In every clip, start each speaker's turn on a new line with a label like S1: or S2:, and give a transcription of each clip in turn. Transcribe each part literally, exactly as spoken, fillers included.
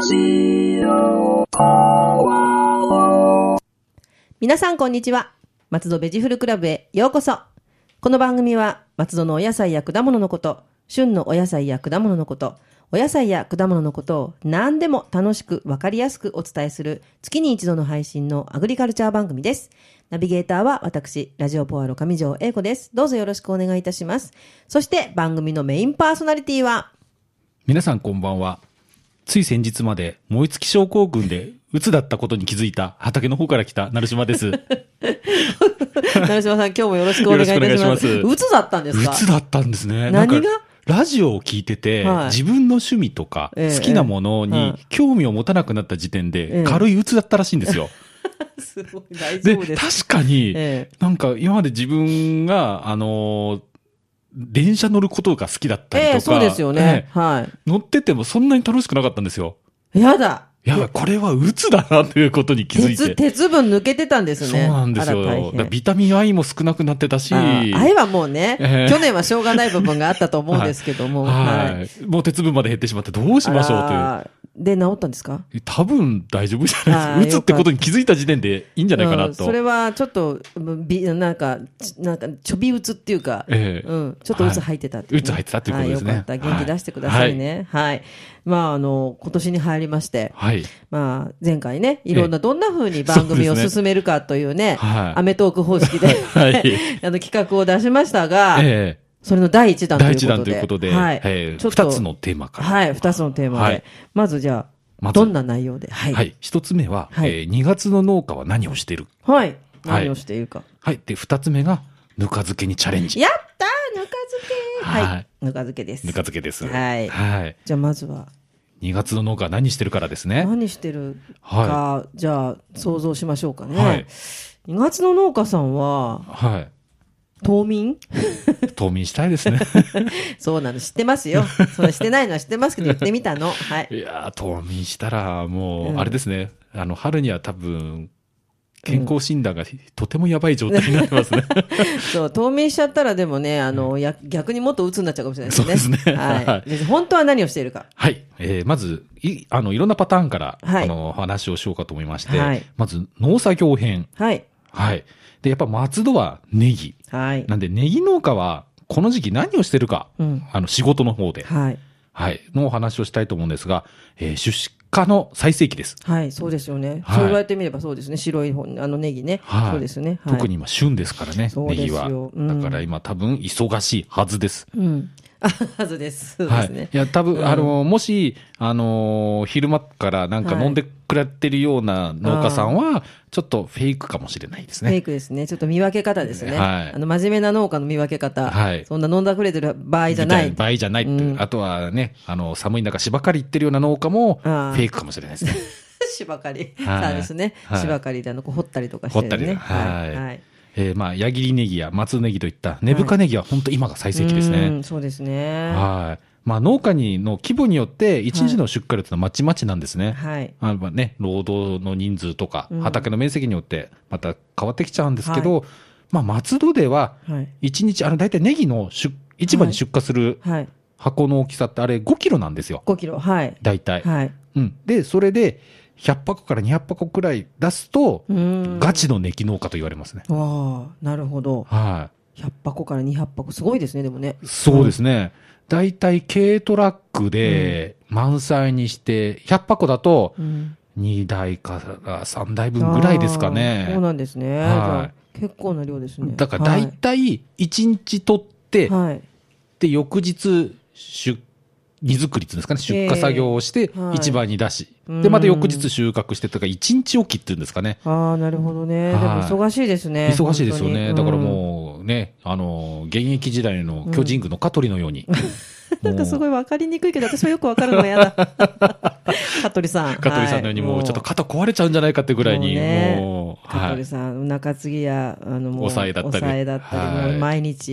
S1: ジオポアロ。
S2: 皆さんこんにちは。松戸ベジフルクラブへようこそ。この番組は松戸のお野菜や果物のこと、旬のお野菜や果物のこと、お野菜や果物のことを何でも楽しくわかりやすくお伝えする月に一度の配信のアグリカルチャー番組です。ナビゲーターは私、ラジオポアロ上条英子です。どうぞよろしくお願いいたします。そして番組のメインパーソナリティは、
S3: 皆さんこんばんは。つい先日まで燃え尽き症候群で鬱だったことに気づいた畑の方から来た成島です。
S2: 成島さん、今日もよろしくお願いいたします。
S3: よろしくお願いします。
S2: 鬱だったんですか？
S3: 鬱だったんですね。
S2: 何が？
S3: なんかラジオを聞いてて、はい、自分の趣味とか好きなものに興味を持たなくなった時点で、ええ、軽い鬱だったらしいんですよ。
S2: すごい、大丈夫です。
S3: で、確かに、ええ、なんか今まで自分が、あのー、電車乗ることが好きだったりとか。ええ、
S2: そうですよね。ええ、はい。
S3: 乗っててもそんなに楽しくなかったんですよ。
S2: やだ。
S3: やばい、これは鬱だなということに気づいて。
S2: 鉄、鉄分抜けてたんですね。
S3: そうなんですよ。だビタミン アイ も少なくなってたし。
S2: アイ はもうね、えー、去年はしょうがない部分があったと思うんですけども。
S3: はい。はいはい、もう鉄分まで減ってしまってどうしましょうという。
S2: で、治ったんですか？
S3: 多分大丈夫じゃないですか。鬱ってことに気づいた時点でいいんじゃないかなと。うん、
S2: それはちょっと、びなんか、なんか、ちょび鬱っていうか、えー、うん、ちょっと鬱入ってたっていう、ね。
S3: 鬱、はい、入ってたっていうことですね。
S2: よかった。元気出してくださいね。はい。はい、まあ、あの、今年に入りまして、はい。まあ、前回ね、いろんな、どんな風に番組を進めるかというね、はい、アメトーク方式で、はい、あの、企画を出しましたが、えーそれの第一弾ということで。
S3: 第一弾ということで。はい。えー、ちょっと二つのテーマから。
S2: はい、二つのテーマで。はい、まずじゃあ、ま、どんな内容で。
S3: はい。はい。一つ目は、はい、えー、にがつの農家は何をしている？
S2: はい。何をしているか。
S3: はい。で、二つ目が、ぬか漬けにチャレンジ。
S2: やったー、ぬか漬け。はい。はい、ぬか漬けです。
S3: ぬか漬けです。
S2: はい。はい。じゃあ、まずは。
S3: にがつの農家は何してるからですね。
S2: 何してるか、はい、じゃあ、想像しましょうかね。はい。にがつの農家さんは、はい。冬眠
S3: 冬眠したいですね。
S2: そうなの、知ってますよ。それしてないのは知ってますけど、言ってみたの。はい。
S3: いやー、冬眠したら、もう、あれですね。うん、あの、春には多分、健康診断がとてもやばい状態になってますね。
S2: そう、冬眠しちゃったらでもね、あの、や、逆にもっと鬱になっちゃうかもしれないですね。
S3: そうですね。
S2: はい。本当は何をしているか。
S3: はい。えー、まず、い、あの、いろんなパターンから、はい、あの、話をしようかと思いまして、はい、まず、農作業編。はい。はい。で、やっぱ松戸はネギ。はい。なんで、ネギ農家は、この時期何をしてるか。うん、あの、仕事の方で。はい。はい。のお話をしたいと思うんですが、えー、出荷の最盛期です。
S2: はい、そうですよね。はい、そう言われてみればそうですね。白い方、あのネギね。はい。そうですね。
S3: はい、特に今、旬ですからね、ネギは。うん、だから今、多分、忙しいはずです。うん。
S2: はずです。そうですね。はい、
S3: いや、多分、うん、あの、もし、あのー、昼間からなんか飲んでくれてるような農家さんは、ちょっとフェイクかもしれないですね。
S2: フェイクですね。ちょっと見分け方ですね。はい。あの、真面目な農家の見分け方。はい。そんな飲んだくれてる場合じゃない。
S3: 場合じゃないって、うん。あとはね、あの、寒い中芝刈り行ってるような農家も、フェイクかもしれないですね。
S2: 芝刈り。そうですね。芝刈りであの、掘ったりとかしてるね。
S3: 掘ったり。はい。はい。えー、まあ、矢切ネギや松ネギといった根深ネギは本当今が最盛期ですね。はい、
S2: うん、そうですね。
S3: はい。まあ、農家にの規模によって、一日の出荷量というのはまちまちなんですね。はい。あまあね、労働の人数とか、畑の面積によって、また変わってきちゃうんですけど、はい、まあ、松戸では、一日、あの、大体ネギの出、市場に出荷する箱の大きさって、あれごキロなんですよ。
S2: ごキロ、はい。
S3: 大体。はい。うん。で、それで、ひゃっぱこからにひゃっぱこくらい出すと、ガチのネギ農家と言われますね。
S2: ああ、なるほど。はい。ひゃっぱこからにひゃっぱこ、すごいですね、でもね。
S3: そうですね。だいたい軽トラックで満載にして、ひゃっぱこだと、にだいからさんだいぶんぐらいですかね。
S2: そうなんですね。はい。結構な量ですね。
S3: だからだいたいいちにち取って、はい、で、翌日、出荷作りっていうんですかね、出荷作業をして、市場に出し、はい、で、また翌日収穫してとか、いちにちおきっていうんですかね。
S2: ああ、なるほどね。でも忙しいですね。
S3: 忙しいですよね。だからもうね、あの、現役時代の巨人軍の香取のように。
S2: うん、なんかすごい分かりにくいけど、私はよく分かるのは嫌だ。香取さん。
S3: 香取さんのようにもうちょっと肩壊れちゃうんじゃないかってぐらいに、も
S2: う。香取さん、中継ぎや、あの、もう、
S3: 抑えだったり。
S2: 抑えだったり、もう毎日。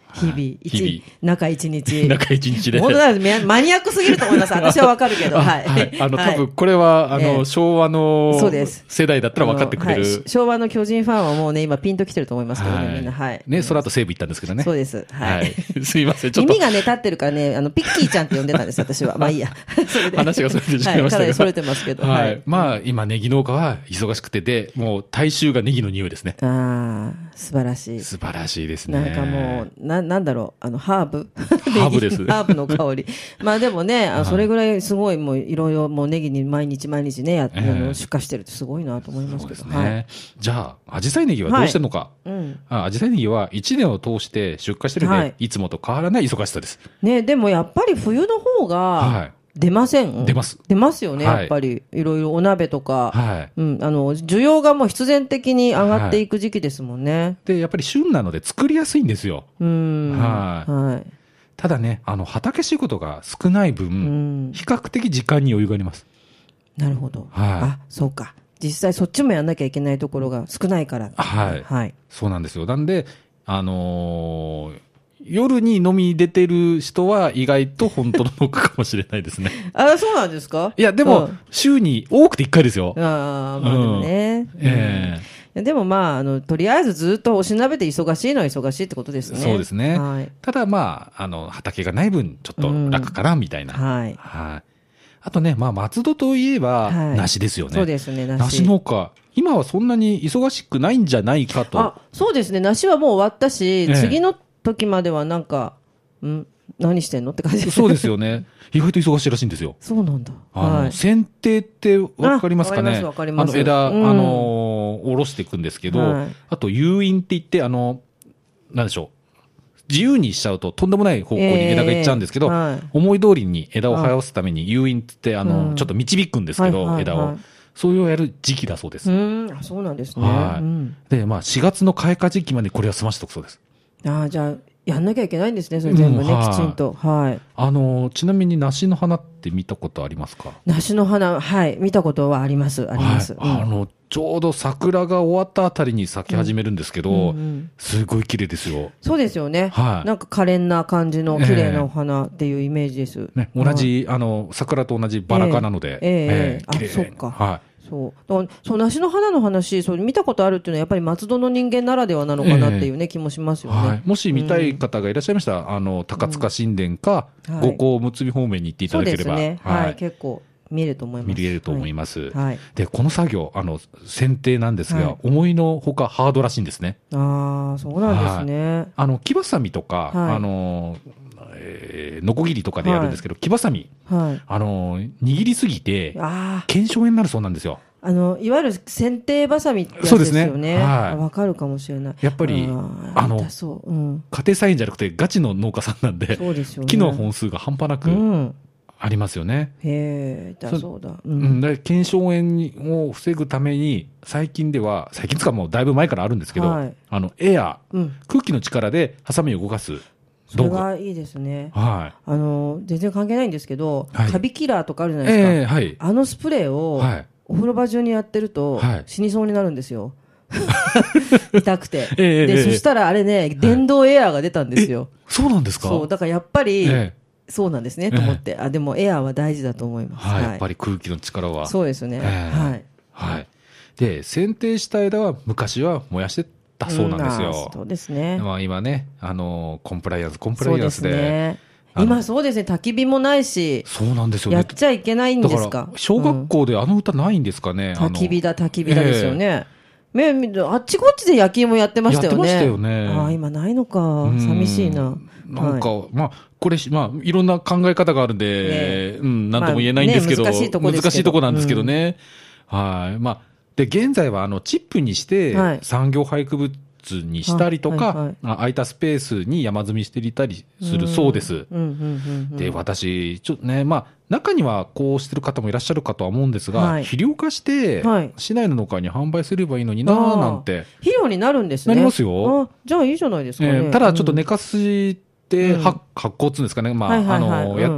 S2: 日々、一中一日。
S3: 中一日で。
S2: 本当だ、マニアックすぎると思います。私はわかるけど。はい。
S3: はい。あの、多分これは、あの、昭和の世代だったら分かってくれる。
S2: 昭和の巨人ファンはもうね、今ピンと来てると思いますけどね、みんな。はい。
S3: ね、その後西武行ったんですけどね。
S2: そうです。はい。
S3: すいません、ちょっと。
S2: 耳がね、立ってるからね、あの、ピッキーちゃんって呼んでたんです、私は。まあいいや。
S3: それで。話がそれてしまいましたけど。
S2: かなりそれてますけど。
S3: はい。まあ、今、ネギ農家は忙しくてで、もう大衆がネギの匂いですね。
S2: ああ、素晴らしい。
S3: 素晴らしいですね。
S2: なんかもう、な、なんだろう、あの、ハーブ。
S3: ハーブです。
S2: ハーブの香り。まあでもね、あそれぐらいすごいもういろいろもうネギに毎日毎日ね、やあの出荷してるってすごいなと思いますけど。
S3: そうですね。じゃあ、アジサイネギはどうしてるのか。アジサイネギはいちねんを通して出荷してるんで、いつもと変わらない忙しさです。
S2: ね、でもやっぱり冬の方が、出ません？
S3: 出ます。
S2: 出ますよね、やっぱり。いろいろお鍋とか。はい。うん。あの、需要がもう必然的に上がっていく時期ですもんね。
S3: で、やっぱり旬なので作りやすいんですよ。
S2: うん。はい。はい。
S3: ただね、あの、畑仕事が少ない分、比較的時間に余裕があります。
S2: なるほど。はい。あ、そうか。実際そっちもやんなきゃいけないところが少ないから。
S3: はい。はい。そうなんですよ。なんで、あのー、夜に飲み出てる人は意外と本当の農家かもしれないですね。
S2: あ、そうなんですか？
S3: いや、でも、週に多くていっかいですよ。
S2: ああ、まあでもね。ええ。でもまあ、あの、とりあえずずっとおしなべて忙しいのは忙しいってことですね。
S3: そうですね。はい。ただまあ、あの、畑がない分、ちょっと楽かな、みたいな。はい。はい。あとね、まあ、松戸といえば、梨ですよね。
S2: そうですね、梨。
S3: 梨農家。今はそんなに忙しくないんじゃないかと。
S2: あ、そうですね。梨はもう終わったし、次の時まではなんか、ん何してんのって感じです。
S3: そうですよね。意外と忙しいらしいんですよ。
S2: そうなんだ。
S3: あの、はい、剪定ってわかりますかね？
S2: わかります。
S3: あの枝、うん、あの、下ろしていくんですけど、はい、あと誘引って言って、あの、なんでしょう。自由にしちゃうととんでもない方向に枝がいっちゃうんですけど、えーはい、思い通りに枝を生やすために誘引って、あの、うん、ちょっと導くんですけど、はいはいはい、枝を。そういうやる時期だそうです。
S2: うん、あ、そうなんですね。
S3: はい。うん、で、まあ、しがつの開花時期までこれは済ましておくそうです。
S2: ああ、じゃあ、やんなきゃいけないんですね、それ全部ね、うん、きちんと。はい。
S3: あの、ちなみに梨の花って見たことありますか？
S2: 梨の花、はい、見たことはあります、あります。
S3: はい、うん、あの、ちょうど桜が終わったあたりに咲き始めるんですけど、うんうんうん、すごい綺麗ですよ。
S2: そうですよね。はい。なんか可憐な感じの綺麗なお花っていうイメージです。
S3: えー、ね、同じ、あの、桜と同じバラ科なので、
S2: えー、えー、えー、あ、そっか。はい。そう。そう、梨の花の話、そう、見たことあるっていうのは、やっぱり松戸の人間ならではなのかなっていうね、えー、気もしますよね。はい。
S3: もし見たい方がいらっしゃいましたら、うん、あの、高塚神殿か、うん、五甲むつび方面に行っていただければ。
S2: そうですね。はい。はい、結構。見れると思います。
S3: 見れると思います。
S2: はい。
S3: で、この作業、あの、剪定なんですが、はい、思いのほかハードらしいんですね。
S2: ああ、そうなんですね。はい、
S3: あの、木ばさみとか、はい、あの、えー、ノコギリとかでやるんですけど、はい、木ばさみ、はい、あの、握りすぎて、腱鞘炎になるそうなんですよ。
S2: あの、いわゆる剪定ばさみってやつですよね。そうですね。はい。わかるかもしれない。
S3: やっぱり、あの、うん、家庭菜園じゃなくてガチの農家さんなんで、そうですよね。木の本数が半端なく、うんありますよね。
S2: へえ、だそうだ。
S3: うん。で、腱鞘炎を防ぐために、最近では、最近つかもうだいぶ前からあるんですけど、はい、あの、エア、うん、空気の力でハサミを動かす道具。
S2: それがいいですね。はい。あの、全然関係ないんですけど、はい、カビキラーとかあるじゃないですか。えー、はい。あのスプレーを、はい、お風呂場中にやってると、はい、死にそうになるんですよ。痛くて。えー、で、えー、そしたらあれね、電動エアーが出たんですよ。
S3: そうなんですか？
S2: そう、だからやっぱり、えーそうなんですね、と思って。あ、でもエアーは大事だと思います。
S3: はい。やっぱり空気の力は。
S2: そうですね。はい。
S3: はい。で、剪定した枝は昔は燃やしてたそうなんですよ。
S2: そうですね。
S3: まあ今ね、あの、コンプライアンス、コンプライアンスで。そうですね。
S2: 今そうですね、焚き火もないし。
S3: そうなんですよね。
S2: やっちゃいけないんですか。
S3: 小学校であの歌ないんですかね。
S2: 焚き火だ、焚き火だですよね。め、あっちこっちで焼き芋やってましたよね。
S3: やってましたよね。
S2: ああ、今ないのか。寂しいな。
S3: なんか、まあ、これ、まあ、いろんな考え方があるんで、うん、なんとも言えないんですけど、難しいとこ難しいとこなんですけどね。はい。まあ、で、現在は、あの、チップにして、産業廃棄物にしたりとか、空いたスペースに山積みしていたりするそうです。で、私、ちょっとね、まあ、中にはこうしてる方もいらっしゃるかとは思うんですが、肥料化して、市内の農家に販売すればいいのになぁ、なんて。
S2: 肥料になるんですね。
S3: なりますよ。
S2: じゃあいいじゃないですかね。
S3: ただ、ちょっと寝かして、発酵っていうんですかね。まあ、あの、や、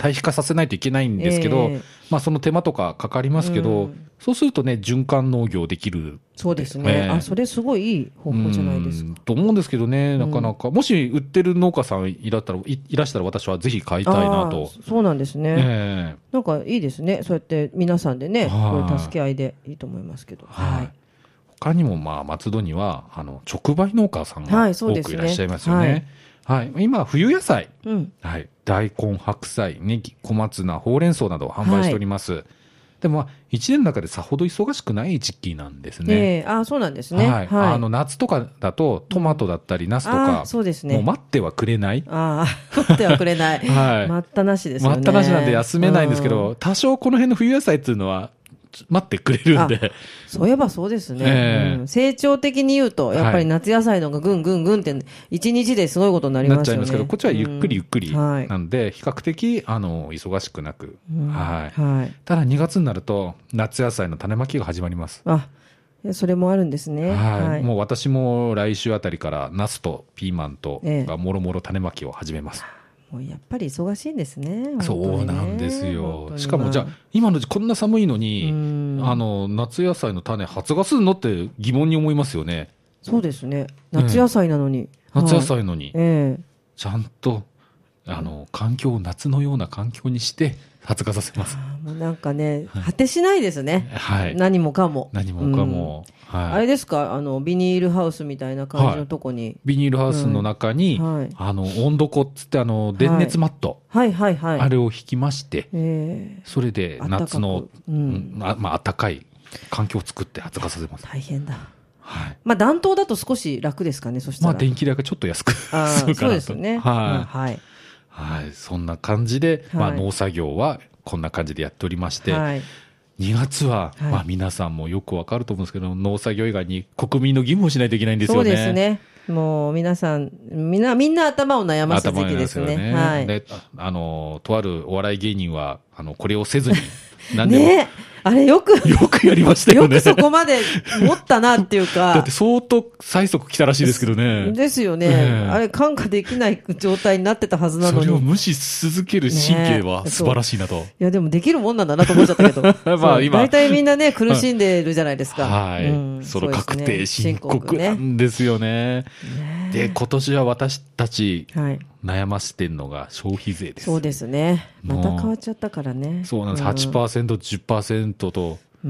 S3: 堆肥化させないといけないんですけど、えー、まあその手間とかかかりますけど、うん、そうするとね、循環農業できる。
S2: そうですね。えー、あ、それすごいいい方法じゃないですか。
S3: と思うんですけどね、なかなか。うん、もし売ってる農家さんいらったら、い, いらしたら私はぜひ買いたいなと。
S2: そうなんですね。えー、なんかいいですね。そうやって皆さんでね、これ助け合いでいいと思いますけど。はい。はい、
S3: 他にもまあ松戸にはあの直売農家さんが多くいらっしゃいますよね。はい、はいはい、今冬野菜、うん、はい、大根、白菜、ネギ、小松菜、ほうれん草などを販売しております。はい、でもまあいちねんの中でさほど忙しくない時期なんですね。
S2: えー、あ、そうなんですね。
S3: はい、はい、あの夏とかだとトマトだったりナスとか、うん、そうですね、もう待ってはくれない。
S2: ああ、待ってはくれない。はい、待ったなしですよね。
S3: 待ったなしなんで休めないんですけど、うん、多少この辺の冬野菜っていうのは待ってくれるんで。
S2: そういえばそうですね、えーうん。成長的に言うと、やっぱり夏野菜のがぐんぐんぐんって、一日ですごいことになりますよね。なっちゃいますけど、
S3: こっちはゆっくりゆっくりなんで、うん、はい、比較的、あの、忙しくなく。うん、はい。はい。ただにがつになると、夏野菜の種まきが始まります。
S2: あ、それもあるんですね。
S3: はい。はい、もう私も来週あたりから、ナスとピーマンとがもろもろ種まきを始めます。ええ、
S2: もうやっぱり忙しいんですね。
S3: そうなんですよ。しかもじゃあ、今のこんな寒いのに、あの、夏野菜の種発芽するのって疑問に思いますよね。
S2: そうですね。夏野菜なのに。
S3: うん、夏野菜のに、ええ。ちゃんと、あの、環境を夏のような環境にして発芽させます。
S2: もうなんかね、果てしないですね。はい。何もかも。
S3: 何もかも。うん、はい、
S2: あれですか、あのビニールハウスみたいな感じのとこに、はい、
S3: ビニールハウスの中に、うん、はい、あの温度庫っつってあの電熱マット、はい、はいはいはい、あれを引きまして、えー、それで夏の、うん、あ、まあ暖かい環境を作って発芽させます。
S2: 大変だ。はい。まあ暖冬だと少し楽ですかね。そしたら。
S3: まあ電気代がちょっと安く
S2: あそうかなと。そうですね。
S3: はい、はいはい、そんな感じで、まあ農作業はこんな感じでやっておりまして。はい、にがつは、はい、まあ皆さんもよくわかると思うんですけど、農作業以外に国民の義務をしないといけないんですよね。
S2: そうですね。もう皆さん、みんな、みんな頭を悩ます時期ですね。ね、はい。
S3: で、あの、とあるお笑い芸人は、あの、これをせずに、何でも。
S2: ねあれよく、
S3: よくやりましたよね。
S2: よくそこまで持ったなっていうか。
S3: だって相当催促来たらしいですけどね。
S2: ですよね。えー、あれ感化できない状態になってたはずなのに。
S3: それを無視し続ける神経は素晴らしいなと。
S2: ね、いやでもできるもんなんだなと思っちゃったけど。まあ今。大体みんなね、苦しんでるじゃないですか。
S3: はい。うん、その確定申告なんですよね。ねで、今年は私たち、はい、悩ませてるのが消費税です。
S2: そうですね。また変わっちゃったからね。
S3: そうなんです。はちパーセント、じゅっパーセント と、うん、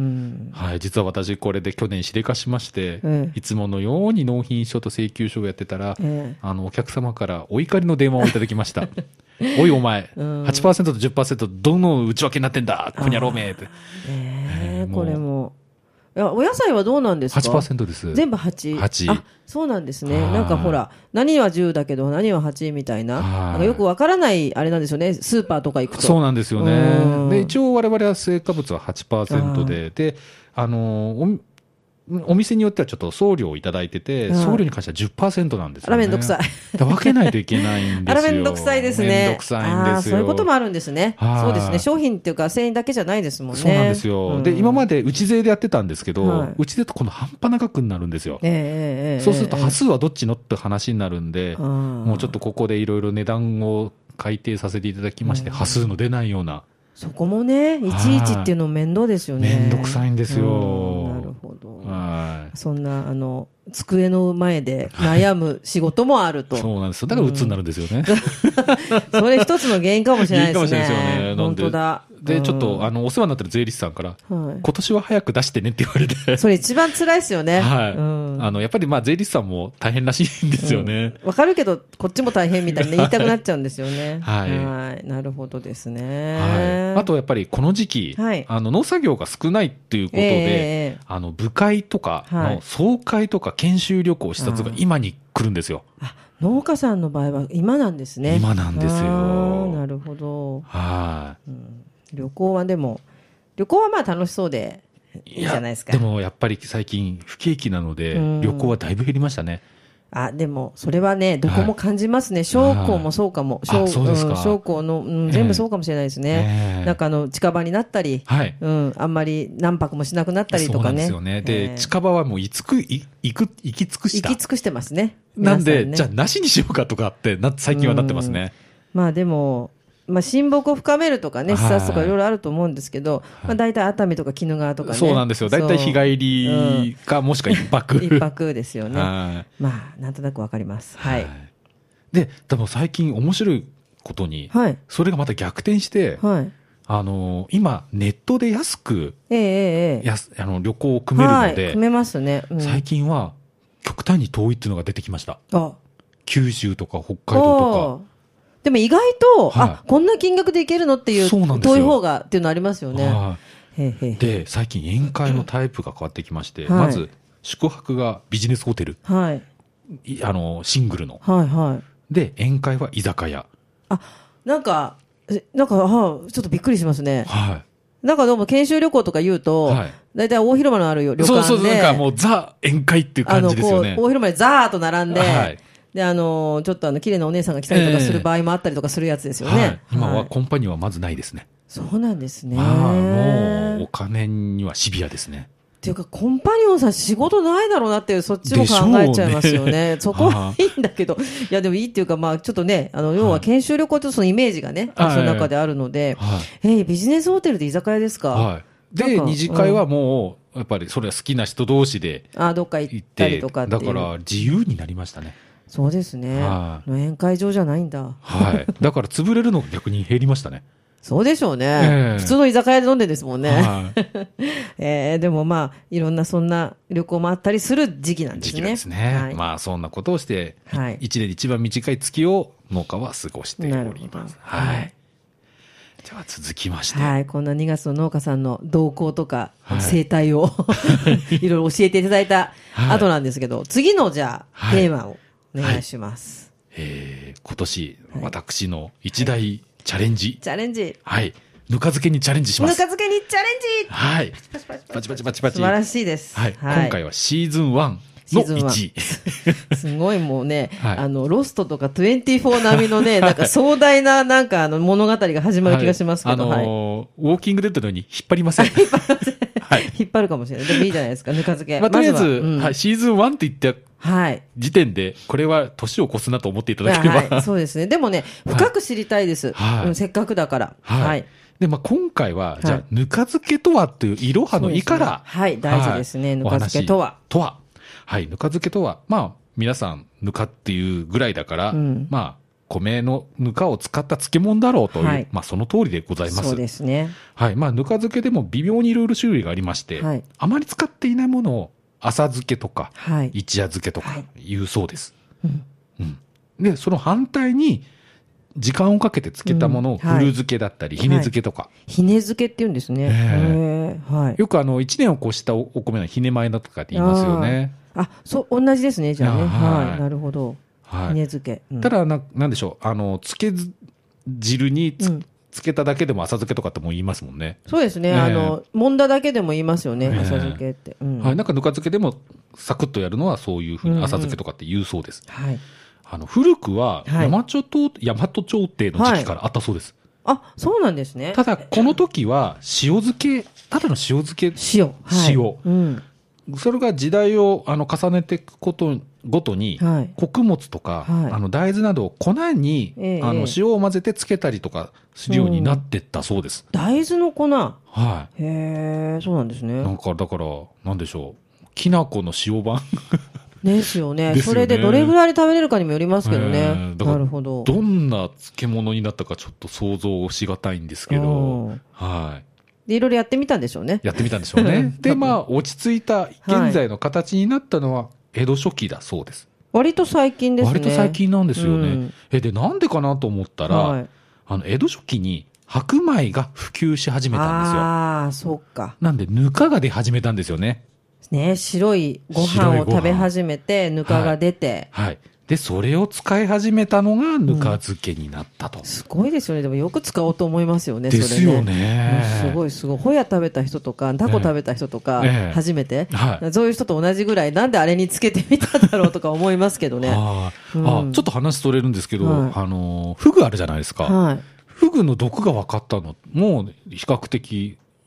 S3: はい、実は私これで去年しでかしまして、うん、いつものように納品書と請求書をやってたら、うん、あのお客様からお怒りの電話をいただきました。おいお前、うん、はちパーセント と じゅっパーセント どの内訳になってんだこにゃろうめって。
S2: えー、これも。いやお野菜はどうなんですか？
S3: はちパーセント です。
S2: 全部 はち？ はち。あ、そうなんですね。なんかほら、何はじゅうだけど何ははちみたいな、なんかよくわからないあれなんですよね。スーパーとか行くと。
S3: そうなんですよね。で、一応我々は成果物は はちパーセント で、で、あのー、お店によってはちょっと送料をいただいてて、送料に関しては じゅっパーセント なんですよね。
S2: あらめんどくさい。
S3: 分けないといけないんですよ。
S2: あらめんどくさいですね。
S3: めんどくさいんですよ。
S2: そういうこともあるんですね。そうですね。商品っていうか製品だけじゃないですもんね。
S3: そうなんですよ。うん、で、今まで内税でやってたんですけど、はい、内税とこの半端な額になるんですよ。えー、そうすると端数はどっちのって話になるんで、えー、もうちょっとここでいろいろ値段を改定させていただきまして、端数の出ないような。
S2: そこもね、いちいちっていうの面倒ですよね。
S3: 面倒くさいんですよ。
S2: なるほど。はい。そんな、あの、机の前で悩む仕事もあると。
S3: そうなんですよ。だから鬱になるんですよね。
S2: それ一つの原因かもしれないですね。原因かもしれないですよね。
S3: 本当だ。で、ちょっと、あの、お世話になってる税理士さんから、はい、今年は早く出してねって言われて。
S2: それ一番辛いですよね。
S3: はい。うん、あの、やっぱりまあ、税理士さんも大変らしいんですよね。
S2: わ、うん、かるけど、こっちも大変みたいに、ね、言いたくなっちゃうんですよね。はい。はい。なるほどですね。
S3: はい。あと、やっぱりこの時期、はい、あの、農作業が少ないっていうことで、えー、あの、部会とかの総会とか研修旅行視察が今に来るんですよ。
S2: あ、農家さんの場合は今なんですね。
S3: 今なんですよ。
S2: なるほど。
S3: はい、
S2: うん。旅行はでも、旅行はまあ楽しそうでいいじゃないですか。
S3: でもやっぱり最近不景気なので、旅行はだいぶ減りましたね。
S2: あ、でも、それはね、どこも感じますね。商工もそうかも。商工の、うん、全部そうかもしれないですね。えー、なんかあの、近場になったり、はい、うん、あんまり何泊もしなくなったりとかね。そうなんです
S3: よね。で、えー、近場はもういつく、い、行く、行き尽くした。
S2: 行き尽くしてますね。
S3: なんで、ね、じゃあなしにしようかとかって、な、最近はなってますね。
S2: まあでも、 まあ、親睦を深めるとかね、視察とかいろいろあると思うんですけど、はい、まあ、大体熱海とか鬼怒川とかね。
S3: そうなんですよ。大体日帰りか、うん、もしくは一泊。
S2: 一泊ですよね。はい、まあ、なんとなくわかります。はい。はい、
S3: で、でも最近面白いことに、はい、それがまた逆転して、はい、あのー、今、ネットで安く、えーえー、やすあの旅行を組めるので、はい、
S2: 組めますね。うん、最
S3: 近は極端に遠いっていうのが出てきました。あ、九州とか北海道とか。
S2: でも意外と、はい、あ、こんな金額で行けるのっていう、遠い方がっていうのありますよね。は
S3: い、へーへーで、最近宴会のタイプが変わってきまして、はい、まず、宿泊がビジネスホテル。はい。あの、シングルの。はいはい。で、宴会は居酒屋。
S2: あ、なんか、なんか、はあ、ちょっとびっくりしますね。はい。なんかどうも研修旅行とか言うと、はい、だいたい大広間のある旅館で。
S3: そうそう、なんかもうザ宴会っていう感じですよね。
S2: あの、こう、大広間でザーっと並んで、はい。で、あのー、ちょっとあの、綺麗なお姉さんが来たりとかする場合もあったりとかするやつですよね。えーはい、
S3: 今はコンパニーはまずないですね。
S2: そうなんですね。
S3: もう、お金にはシビアですね。
S2: っていうか、コンパニオンさん仕事ないだろうなっていう、そっちも考えちゃいますよね。そこはいいんだけど、いやでもいいっていうか、まあちょっとね、あの、要は研修旅行とそのイメージがね、その中であるので、はい、えー、ビジネスホテルで居酒屋ですか。はい。
S3: で、二次会はもう、やっぱりそれは好きな人同士で。
S2: あ、どっか行ったりとかっていう。
S3: だから自由になりましたね。
S2: そうですね。はい。宴会場じゃないんだ。
S3: はい。だから潰れるのが逆に減りましたね。
S2: そうでしょうね。えー、普通の居酒屋で飲んでるんですもんね。はい、えー、でもまあ、いろんなそんな旅行もあったりする時期なんですね。
S3: 時期ですね。はい、まあ、そんなことをして、はい、一年で一番短い月を農家は過ごしております。はい。では続きまして。
S2: はい。こんなにがつの農家さんの動向とか、はい、生態をいろいろ教えていただいた後なんですけど、はい、次のじゃあ、テーマをお願いします。
S3: はい、えー、今年、私の一大、はいチャレンジ。
S2: チャレンジ。
S3: はい。ぬか漬けにチャレンジします。
S2: ぬか漬けにチャレンジ
S3: はい。パチパチパチパチパチパチ。
S2: 素晴らしいです。
S3: はい。はい、今回はシーズンワンのいちい。
S2: すごいもうね、はい、あの、ロストとかにじゅうよん並みのね、なんか壮大ななんかあの物語が始まる気がしますけど、はい。あの
S3: ー、ウォーキングデッドのように引っ張りません。
S2: 引っ張りません。はい。引っ張るかもしれない。でもいいじゃないですか、ぬか漬け。
S3: まあ、とりあえず、うん、はい、シーズンワンって言って、はい。時点で、これは年を越すなと思っていただければ。
S2: はい、そうですね。でもね、深く知りたいです。はい。うん、せっかくだから。はい。はい、
S3: で、まあ、今回は、じゃあ、ぬか漬けとはっていう、いろはのいから、ね、
S2: はい、大事ですね。ぬか漬けとは。
S3: とは。はい、ぬか漬けとは、まあ、皆さん、ぬかっていうぐらいだから、うん、まあ、米のぬかを使った漬物だろうという、はい、まあ、その通りでございます。
S2: そうですね。
S3: はい。まあ、ぬか漬けでも微妙にいろいろ種類がありまして、はい、あまり使っていないものを、浅漬けとか、はい、一夜漬けとか言うそうです。はいうんうん、で、その反対に、時間をかけて漬けたものを古漬けだったり、ひね漬けとか。
S2: ひね漬けって言うんですね。へーはい、
S3: よくあの、一年を越したお米のひね米だとかって言いますよね。
S2: あ、そう、同じですね、じゃあね。はい、はい。なるほど。はい、ひね漬け。
S3: うん、ただな、なんでしょう、あの、漬け汁につ、うんつけただけでも浅漬けとかっても言いますもんね。
S2: そうですね。ねあの、揉んだだけでも言いますよね、ね浅漬けって、うん。
S3: はい。なんかぬか漬けでもサクッとやるのはそういうふうに浅漬けとかって言うそうです。うんうん、はい。あの、古くは、大和朝、大和朝廷の時期からあったそうです。
S2: はい、あ、そうなんですね。
S3: ただ、この時は塩漬け、ただの塩漬け。
S2: 塩。はい、
S3: 塩。うん。それが時代をあの重ねていくことごとに、はい、穀物とか、はい、あの大豆などを粉に、ええ、あの塩を混ぜてつけたりとかするようになっていったそうです。
S2: うん、大豆の粉はい。
S3: へ
S2: え、そうなんですね。
S3: なんかだから、なんでしょう。きな粉の塩版
S2: ですよね。それでどれぐらいで食べれるかにもよりますけどね。なるほど。
S3: どんな漬物になったかちょっと想像しがたいんですけど、はい。
S2: で、いろいろやってみたんでしょうね。
S3: やってみたんでしょうね。で、まあ、落ち着いた現在の形になったのは、江戸初期だそうです。
S2: 割と最近ですね。
S3: 割と最近なんですよね。うん、え、で、なんでかなと思ったら、はい、あの、江戸初期に白米が普及し始めたんですよ。
S2: ああ、そっか。
S3: なんで、ぬかが出始めたんですよね。
S2: ね、白いご飯を食べ始めて、ぬかが出て。
S3: はい。はいで、それを使い始めたのがぬか漬けになったと、うん。
S2: すごいですよね。でもよく使おうと思いますよね。
S3: ですよね。
S2: それねすごいすごい。ホヤ食べた人とか、タコ食べた人とか、ええ、初めて、えはい、そういう人と同じぐらい、なんであれにつけてみたんだろうとか思いますけどね。
S3: あ、うん、あ、ちょっと話それるんですけど、はい、あの、フグあるじゃないですか。はい、フグの毒が分かったのも、比較的、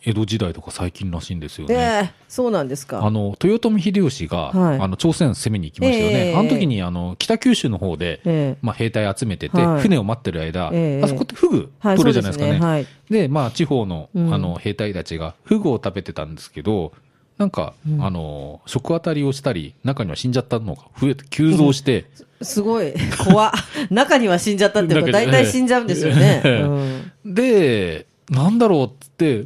S3: 江戸時代とか最近らしいんですよね。
S2: えー、そうなんですか。
S3: あの、豊臣秀吉が、はい、あの、朝鮮攻めに行きましたよね。えー、あの時に、あの、北九州の方で、えー、まあ、兵隊集めてて、はい、船を待ってる間、えー、あそこってフグ取れるじゃないですかね。はい、で, ねはい、で、まあ、地方の、あの、兵隊たちがフグを食べてたんですけど、なんか、うん、あの、食当たりをしたり、中には死んじゃったのが増えて、急増して。
S2: うん、すごい、怖っ。中には死んじゃったっていうか、大体死んじゃうんですよね。
S3: うん、で、なんだろうって、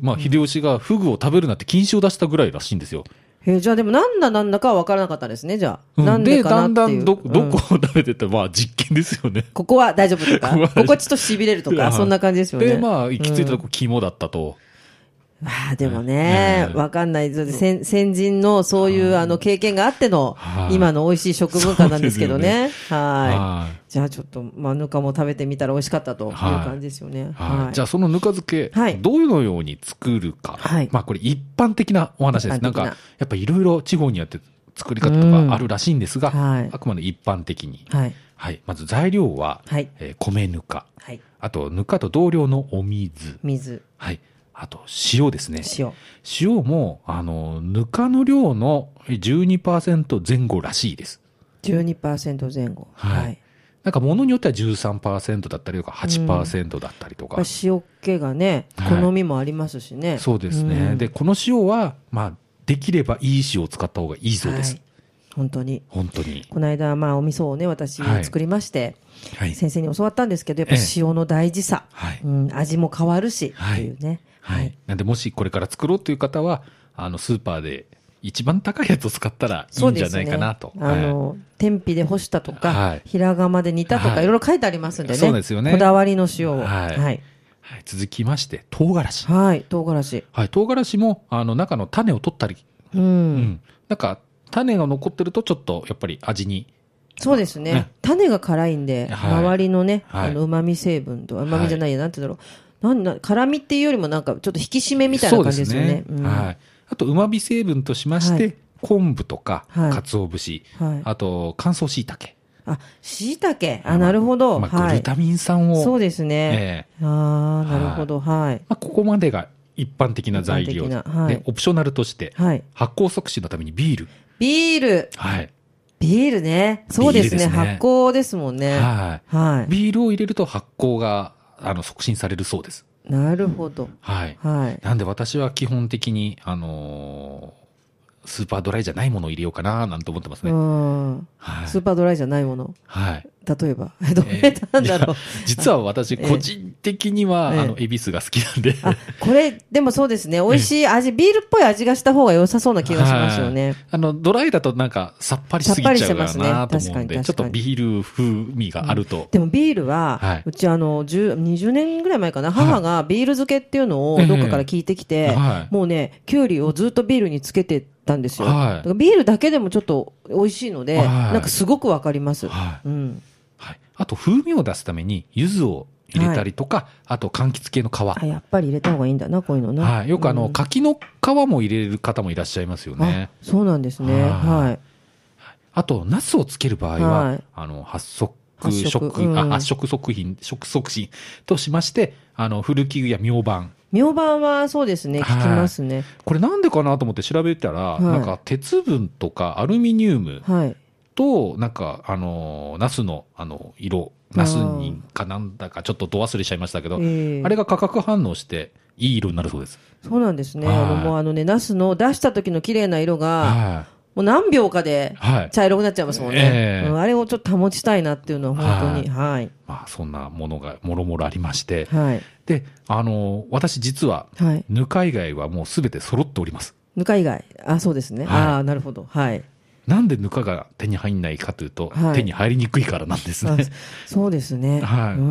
S3: まあ、秀吉がフグを食べるなって禁止を出したぐらいらしいんですよ。
S2: えー、じゃあでもなんだなんだかは分からなかったですね、じゃあ。うん、なんでかなっていう。
S3: で、だんだんど、どこを食べてって、まあ実験ですよね。
S2: ここは大丈夫とか、ここちょっと痺れるとか、そんな感じですよね。
S3: で、まあ、行き着いたとこ肝だったと。
S2: ああ、でもね、わかんない。先、先人のそういうあの経験があっての、今の美味しい食文化なんですけどね。はい。じゃあちょっと、まあ、ぬかも食べてみたら美味しかったという感じですよね。
S3: はい。じゃあそのぬか漬け、どういうのように作るか。はい。まあこれ一般的なお話です。なんか、やっぱいろいろ地方によって作り方とかあるらしいんですが、はい。あくまで一般的に。はい。はい。まず材料は、はい。えー、米ぬか。はい。あと、ぬかと同量のお水。
S2: 水。
S3: はい。あと、塩ですね。
S2: 塩。
S3: 塩も、あの、ぬかの量の じゅうにパーセント 前後らしいです。
S2: じゅうにパーセント 前後。
S3: はい。はい、なんか、ものによっては じゅうさんパーセント だったりとか、はちパーセント だったりとか。うん、
S2: 塩気がね、好みもありますしね。はい、
S3: そうですね、うん。で、この塩は、まあ、できればいい塩を使った方がいいそうです。はい、
S2: 本当に。
S3: 本当に。
S2: この間、まあ、お味噌をね、私、作りまして、はい、先生に教わったんですけど、やっぱ塩の大事さ。はい、うん、味も変わるし、っていうね。
S3: はい。はい、なんで、もしこれから作ろうという方は、あの、スーパーで一番高いやつを使ったらいいんじゃないかなと。
S2: ね、あの、はい、天日で干したとか、はい、平釜で煮たとか、はい、いろいろ書いてありますんでね。
S3: そうですよね。
S2: こだわりの塩を。
S3: はい。はい。はい、続きまして、唐辛子。
S2: はい、唐辛子。
S3: はい、唐辛子も、あの、中の種を取ったり。うん。うん。なんか、種が残ってると、ちょっと、やっぱり味に。
S2: そうですね。ね、種が辛いんで、はい、周りのね、はい、あの、旨味成分と、旨味じゃないや、はい、なんて言うんだろう。なんな辛みっていうよりもなんかちょっと引き締めみたいな感じですよね。そうですね。うん、はい。
S3: あと、旨味成分としまして、はい、昆布とか、はい、鰹節、はい、あと、乾燥椎茸。
S2: あ、椎茸。あ、なるほど。
S3: まあ、グルタミン酸を。
S2: はい、そうですね。えー、ああ、なるほど。はい。
S3: まあ、ここまでが一般的な材料。はい、で、オプショナルとして、はい、発酵促進のためにビール。
S2: ビール。はい。ビールね。そうですね。すね発酵ですもんね。
S3: はい。はい。ビールを入れると発酵が、あの、促進されるそうです。
S2: なるほど。
S3: はい。はい。なんで私は基本的に、あのー、スーパードライじゃないものを入れようかななんて思ってますね。
S2: はい。スーパードライじゃないもの。はい。例えば、ど
S3: れ
S2: なんだろう。
S3: 実は私、個人的には、えー、あの、エビスが好きなんで。
S2: あ、これ、でもそうですね。美味しい味、ビールっぽい味がした方が良さそうな気がしますよね。
S3: あの、ドライだとなんか、さっぱりしすぎちゃうかなと思うんで、ね、ちょっとビール風味があると。うん、
S2: でもビールは、はい、うちあの、にじゅうねんぐらい前かな、母がビール漬けっていうのをどっかから聞いてきて、はい、もうね、キュウリをずっとビールにつけてたんですよ。はい、だからビールだけでもちょっと美味しいので、はい、なんかすごくわかります。はい、うん
S3: はい、あと風味を出すために柚子を入れたりとか、はい、あと柑橘系の皮。
S2: あ、やっぱり入れた方がいいんだな、こういうのね。
S3: はい。よくあの、うん、柿の皮も入れる方もいらっしゃいますよね。
S2: そうなんですね。はい。はい、
S3: あと、ナスをつける場合は、はい、あの、発色食、うん、あ、発色食品、食促進としまして、あの、古木や明板。
S2: 明板はそうですね、効きますね。
S3: これなんでかなと思って調べたら、はい、なんか鉄分とかアルミニウム。はいと、なんか、あの、ナスの、あの、色、ナスにかなんだか、ちょっとど忘れしちゃいましたけど、えー、あれが化学反応して、いい色になるそうです。
S2: そうなんですね。あの、もうあのね、ナスの出した時の綺麗な色が、もう何秒かで茶色くなっちゃいますもんね。はいえーうん。あれをちょっと保ちたいなっていうのは本当に、はい。はい、
S3: まあ、そんなものがもろもろありまして、はい。で、あの、私実は、はい、ぬか以外はもうすべて揃っております。
S2: ぬか以外あ、そうですね。はい、ああ、なるほど。はい。
S3: なんでぬかが手に入んないかというと、はい、手に入りにくいからなんですね。
S2: そうですね。はい。うん、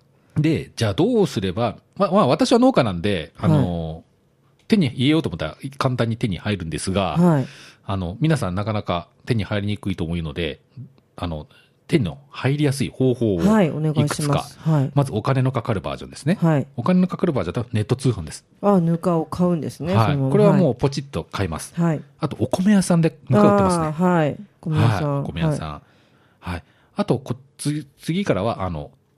S3: で、じゃあどうすれば、まあ、まあ、私は農家なんで、あの、はい、手に入れようと思ったら簡単に手に入るんですが、はい、あの、皆さんなかなか手に入りにくいと思うので、あの、手の入りやすい方法をいくつか、はいはい、まずお金のかかるバージョンですね。はい、お金のかかるバージョンはネット通販です。
S2: ああ、ぬかを買うんですね。
S3: はい。これはもうポチッと買います。はい。あと、お米屋さんでぬか売ってますね。
S2: はい。米屋さん。
S3: はい。米屋さん。はい。はい、あとこつ、次からは、あの、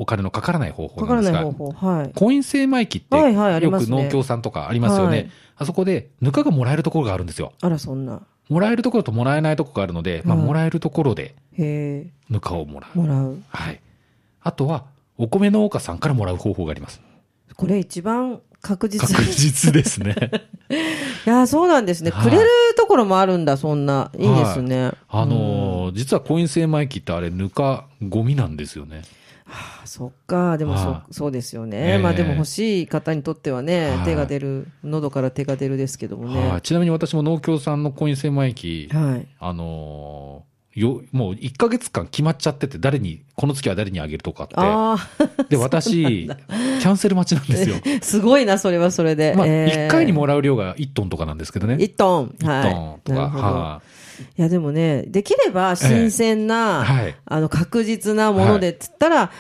S3: お金のかからない方法なんですが、
S2: かからない方法、はい、
S3: コイン精米機って、はいはい、よく農協さんとかありますよね。はい、あそこでぬかがもらえるところがあるんですよ。
S2: あら、そんな。
S3: もらえるところともらえないところがあるので、まあ、もらえるところで、ぬかをもらう。
S2: もらう。
S3: はい。あとは、お米農家さんからもらう方法があります。
S2: これ一番確実
S3: 確実ですね。
S2: いや、そうなんですね。はい、くれるところもあるんだ、そんな。いいですね。はい、
S3: あのーうん、実はコイン精米機ってあれ、ぬか、ゴミなんですよね。
S2: はあ、そっか。でもそ、はあ、そうですよね。えー、まあでも欲しい方にとってはね、はあ、手が出る、喉から手が出るですけどもね。
S3: はあ、ちなみに私も農協さんのコイン精米機、はい、あのーよもういっかげつかん決まっちゃってて、誰に、この月は誰にあげるとかって。あで、私、キャンセル待ちなんですよ。
S2: すごいな、それはそれで。
S3: まあ、えー、いっかいにもらう量がいちトンとかなんですけどね。
S2: いちトン。
S3: はい。いちトンとか。はい。
S2: いや、でもね、できれば新鮮な、えーはい、あの、確実なものでっつったら、はい、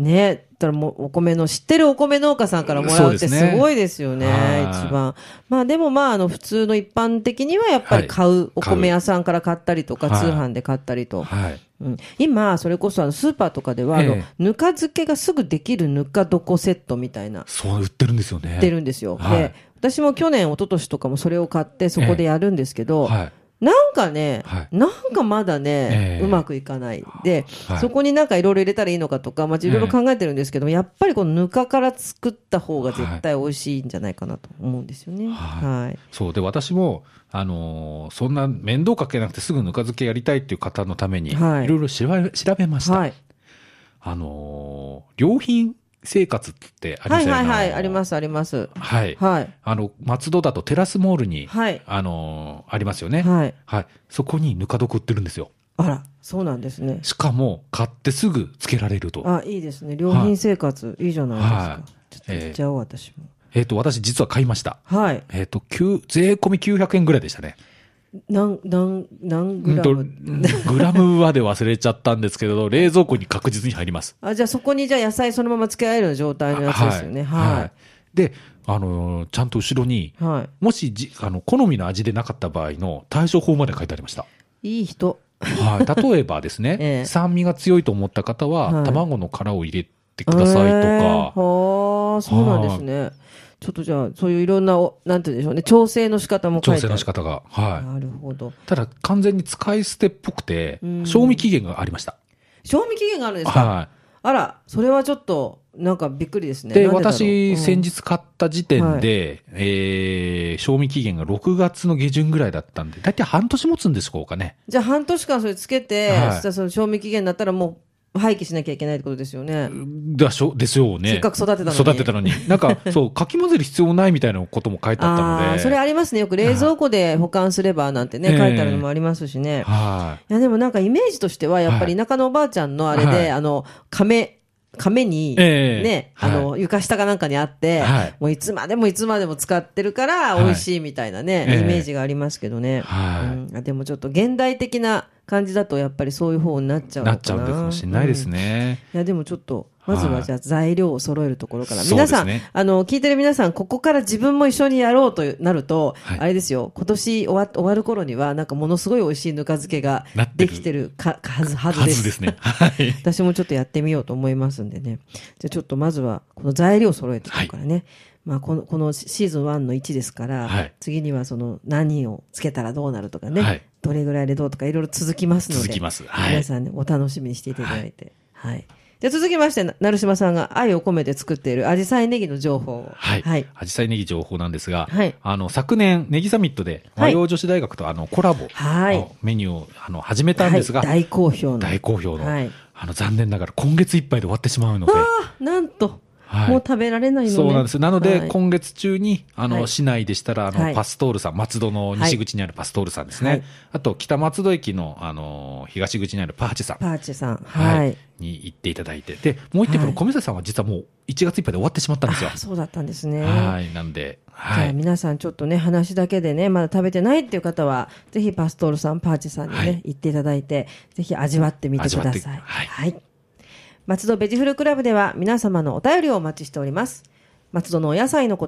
S2: ね、だからもうお米の、知ってるお米農家さんからもらうってすごいですよね、ね一番。まあでもまあ、あの、普通の一般的にはやっぱり買う、はい、お米屋さんから買ったりとか、通販で買ったりと。はい。うん、今、それこそあのスーパーとかでは、あの、ええ、ぬか漬けがすぐできるぬか床セットみたいな。
S3: そう、売ってるんですよね。
S2: 売ってるんですよ。はい、で、私も去年、一昨年とかもそれを買ってそこでやるんですけど、ええはいなんかね、はい、なんかまだね、えー、うまくいかない。で、はい、そこになんかいろいろ入れたらいいのかとか、まあ、いろいろ考えてるんですけども、えー、やっぱりこのぬかから作った方が絶対美味しいんじゃないかなと思うんですよね。はい。はい、
S3: そう。で、私も、あのー、そんな面倒かけなくてすぐぬか漬けやりたいっていう方のために、はい、いろいろ調べ、調べました。はい。あのー、良品生活ってありますよね。
S2: はいはいはい、ありますあります。
S3: はい。はい。あの、松戸だとテラスモールに、はい。あのー、ありますよね。はい。はい。そこにぬか床売ってるんですよ。
S2: あら、そうなんですね。
S3: しかも、買ってすぐつけられると。
S2: あ、いいですね。良品生活、はい、いいじゃないですか。はい。ちょっと行っちゃおう、えー、私も。
S3: えっ、ー、と、私実は買いました。
S2: はい。
S3: えっ、ー、と、税込みきゅうひゃくえんぐらいでしたね。
S2: 何、何、何グラム、うん、
S3: グラムはで忘れちゃったんですけど、冷蔵庫に確実に入ります。
S2: あ、じゃあそこにじゃあ野菜そのまま付けられる状態のやつですよね。はい。はいはい、
S3: で、あのー、ちゃんと後ろに、はい、もしじ、あの、好みの味でなかった場合の対処法まで書いてありました。
S2: いい人。
S3: はい。例えばですね、ええ、酸味が強いと思った方は、はい、卵の殻を入れてくださいとか。えー、
S2: はあ、そうなんですね。ちょっとじゃあ、そういういろんな、なんて言うんでしょうね、調整の仕方も書いてある。
S3: 調整の仕方が。はい。
S2: なるほど。
S3: ただ、完全に使い捨てっぽくて、賞味期限がありました。
S2: 賞味期限があるんですか？はい。あら、それはちょっと、なんかびっくりですね。
S3: で、私、先日買った時点で、はい、えー、賞味期限がろくがつの下旬ぐらいだったんで、だいたい半年持つんでしょうかね。
S2: じゃあ、半年間それつけて、はい、そしたらその賞味期限になったらもう、廃棄しなきゃいけないってことですよね。
S3: だしょ、ですよね。
S2: せっかく育てたのに。
S3: 育てたのに。なんか、そう、かき混ぜる必要ないみたいなことも書いてあったので。
S2: ああ、それありますね。よく冷蔵庫で保管すればなんてね、書いてあるのもありますしね。はい。いや、でもなんかイメージとしては、やっぱり田舎のおばあちゃんのあれで、はい、あの、亀、亀に、ね、えー、あの、はい、床下かなんかにあって、はい、もういつまでもいつまでも使ってるから美味しいみたいなね、はい、イメージがありますけどね。はい、うん、でもちょっと現代的な感じだとやっぱりそういう方になっちゃうのかな。
S3: なっちゃうんかもしれないですね。
S2: うん、いや、でもちょっと、まずはじゃあ材料を揃えるところから。はい、皆さん、ね、あの、聞いてる皆さん、ここから自分も一緒にやろうとなると、はい、あれですよ、今年終わ終わる頃には、なんかものすごい美味しいぬか漬けができてるか、はず、はずです。はずですね。はい。私もちょっとやってみようと思いますんでね。じゃあちょっとまずは、この材料を揃えていこうからね。はい、まあ、この、このシーズンワンのいちですから、はい、次にはその何をつけたらどうなるとかね、はい、どれぐらいでどうとかいろいろ続きますので、
S3: 続きます。はい、
S2: 皆さんね、お楽しみにしていただいて。はい。はいで続きまして、成島さんが愛を込めて作っているアジサイネギの情報を。
S3: はい。はい。アジサイネギ情報なんですが、はい。あの、昨年、ネギサミットで、和洋女子大学とあの、コラボのメニューを、あの、始めたんですが、
S2: はい、大好評の。
S3: 大好評の。はい。あの、残念ながら今月いっぱいで終わってしまうので。
S2: ああ、なんと。はい、もう食べられないのね。
S3: そうなんです。なので、はい、今月中に、あの、はい、市内でしたら、あの、はい、パストールさん、松戸の西口にあるパストールさんですね。はい、あと、北松戸駅の、あの、東口にあるパーチェさん。
S2: パーチェさん。
S3: はい。はい、に行っていただいて。で、もう一点、この米瀬さんは実はもういちがついっぱいで終わってしまったんですよ。
S2: あ、そうだったんですね。
S3: はい。なんで、はい。
S2: じゃあ皆さんちょっとね、話だけでね、まだ食べてないっていう方は、ぜひパストールさん、パーチェさんにね、はい、行っていただいて、ぜひ味わってみてください。はい。はい松戸ベジフルクラブでは皆様のお便りをお待ちしております。松戸のお野菜のこと、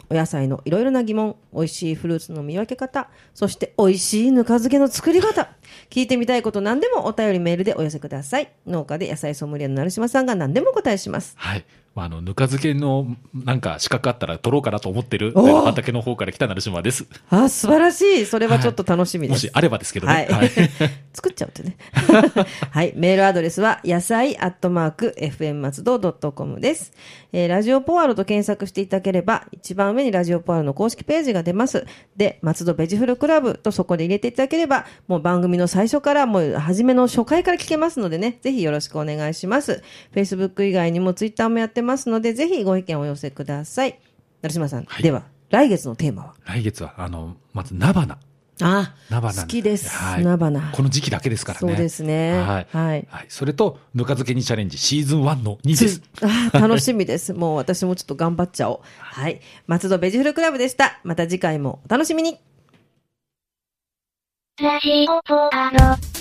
S2: お野菜のいろいろな疑問、美味しいフルーツの見分け方、そして美味しいぬか漬けの作り方、聞いてみたいこと何でもお便りメールでお寄せください。農家で野菜ソムリエの成島さんが何でもお答えします。
S3: はい。あの、ぬか漬けのなんか資格あったら取ろうかなと思ってる畑の方から来た成島です。
S2: あ、素晴らしい。それはちょっと楽しみです。
S3: はい、もしあればですけどね。
S2: はい。作っちゃうってね。はい。メールアドレスは、野菜アットマーク、エフエム 松戸 ドットコム です。えー、ラジオポアロと検索していただければ、一番上にラジオポアロの公式ページが出ます。で、松戸ベジフルクラブとそこで入れていただければ、もう番組の最初から、もう初めの初回から聞けますのでね、ぜひよろしくお願いします。Facebook 以外にも Twitter もやってますので、ぜひご意見をお寄せください。成島さん、はい、では、来月のテーマは？
S3: 来月は、あの、まず、菜花。
S2: ああ、好きです。
S3: はい、
S2: 菜花。
S3: この時期だけですからね。
S2: そうですね。はい。はい。
S3: はい、それと、ぬか漬けにチャレンジ、シーズンワンのにです。
S2: ああ、楽しみです。もう私もちょっと頑張っちゃおう。はい。松戸ベジフルクラブでした。また次回もお楽しみに。
S1: ラジオポアロ。